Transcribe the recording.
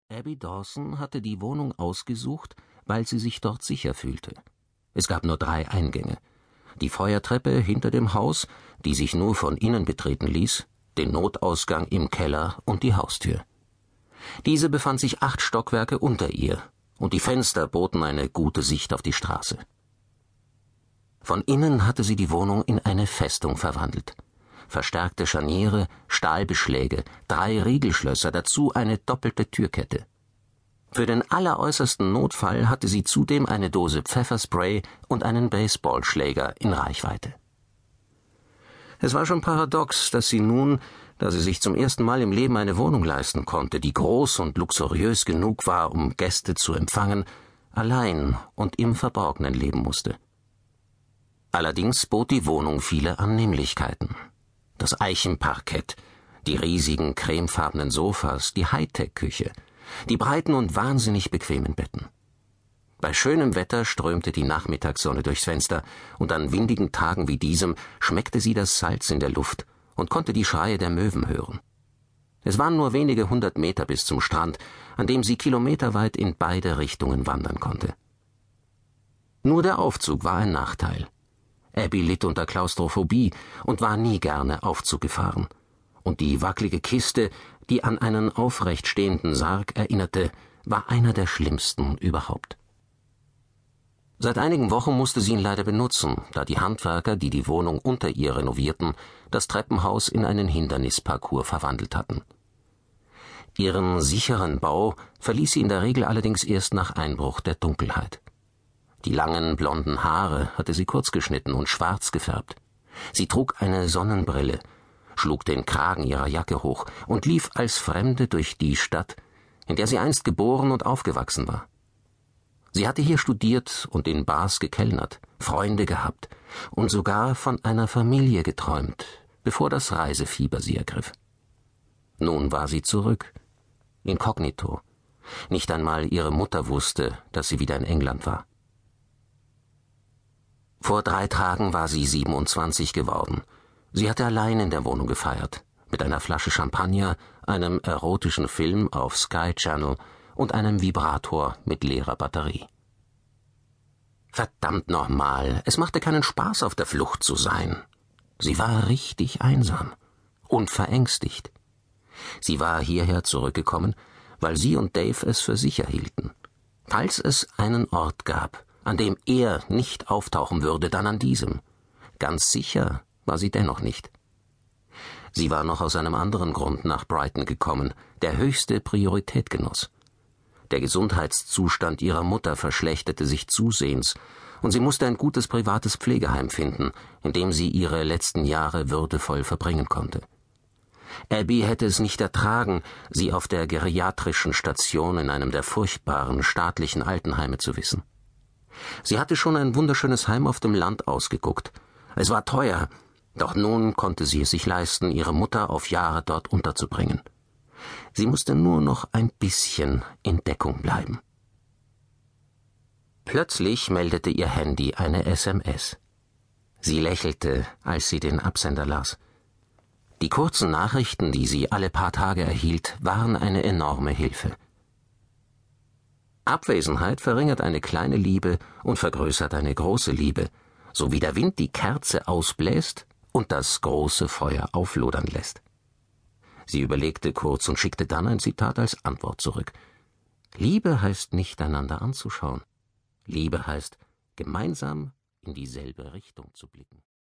Abby Dawson hatte die Wohnung ausgesucht, weil sie sich dort sicher fühlte. Es gab nur 3 Eingänge. Die Feuertreppe hinter dem Haus, die sich nur von innen betreten ließ, den Notausgang im Keller und die Haustür. Diese befand sich 8 Stockwerke unter ihr, und die Fenster boten eine gute Sicht auf die Straße. Von innen hatte sie die Wohnung in eine Festung verwandelt. Verstärkte Scharniere, Stahlbeschläge, 3 Riegelschlösser, dazu eine doppelte Türkette. Für den alleräußersten Notfall hatte sie zudem eine Dose Pfefferspray und einen Baseballschläger in Reichweite. Es war schon paradox, dass sie nun, da sie sich zum ersten Mal im Leben eine Wohnung leisten konnte, die groß und luxuriös genug war, um Gäste zu empfangen, allein und im Verborgenen leben musste. Allerdings bot die Wohnung viele Annehmlichkeiten. Das Eichenparkett, die riesigen cremefarbenen Sofas, die Hightech-Küche, die breiten und wahnsinnig bequemen Betten. Bei schönem Wetter strömte die Nachmittagssonne durchs Fenster, und an windigen Tagen wie diesem schmeckte sie das Salz in der Luft und konnte die Schreie der Möwen hören. Es waren nur wenige 100 Meter bis zum Strand, an dem sie kilometerweit in beide Richtungen wandern konnte. Nur der Aufzug war ein Nachteil. Abby litt unter Klaustrophobie und war nie gerne Aufzug gefahren. Und die wackelige Kiste, die an einen aufrecht stehenden Sarg erinnerte, war einer der schlimmsten überhaupt. Seit einigen Wochen musste sie ihn leider benutzen, da die Handwerker, die die Wohnung unter ihr renovierten, das Treppenhaus in einen Hindernisparcours verwandelt hatten. Ihren sicheren Bau verließ sie in der Regel allerdings erst nach Einbruch der Dunkelheit. Die langen, blonden Haare hatte sie kurz geschnitten und schwarz gefärbt. Sie trug eine Sonnenbrille, schlug den Kragen ihrer Jacke hoch und lief als Fremde durch die Stadt, in der sie einst geboren und aufgewachsen war. Sie hatte hier studiert und in Bars gekellnert, Freunde gehabt und sogar von einer Familie geträumt, bevor das Reisefieber sie ergriff. Nun war sie zurück, inkognito. Nicht einmal ihre Mutter wusste, dass sie wieder in England war. Vor 3 Tagen war sie 27 geworden. Sie hatte allein in der Wohnung gefeiert, mit einer Flasche Champagner, einem erotischen Film auf Sky Channel und einem Vibrator mit leerer Batterie. Verdammt nochmal, es machte keinen Spaß, auf der Flucht zu sein. Sie war richtig einsam und verängstigt. Sie war hierher zurückgekommen, weil sie und Dave es für sicher hielten. Falls es einen Ort gab, an dem er nicht auftauchen würde, dann an diesem. Ganz sicher war sie dennoch nicht. Sie war noch aus einem anderen Grund nach Brighton gekommen, der höchste Priorität genoss. Der Gesundheitszustand ihrer Mutter verschlechterte sich zusehends, und sie musste ein gutes privates Pflegeheim finden, in dem sie ihre letzten Jahre würdevoll verbringen konnte. Abby hätte es nicht ertragen, sie auf der geriatrischen Station in einem der furchtbaren staatlichen Altenheime zu wissen. Sie hatte schon ein wunderschönes Heim auf dem Land ausgeguckt. Es war teuer, doch nun konnte sie es sich leisten, ihre Mutter auf Jahre dort unterzubringen. Sie musste nur noch ein bisschen in Deckung bleiben. Plötzlich meldete ihr Handy eine SMS. Sie lächelte, als sie den Absender las. Die kurzen Nachrichten, die sie alle paar Tage erhielt, waren eine enorme Hilfe. Abwesenheit verringert eine kleine Liebe und vergrößert eine große Liebe, so wie der Wind die Kerze ausbläst und das große Feuer auflodern lässt. Sie überlegte kurz und schickte dann ein Zitat als Antwort zurück. Liebe heißt nicht, einander anzuschauen. Liebe heißt, gemeinsam in dieselbe Richtung zu blicken.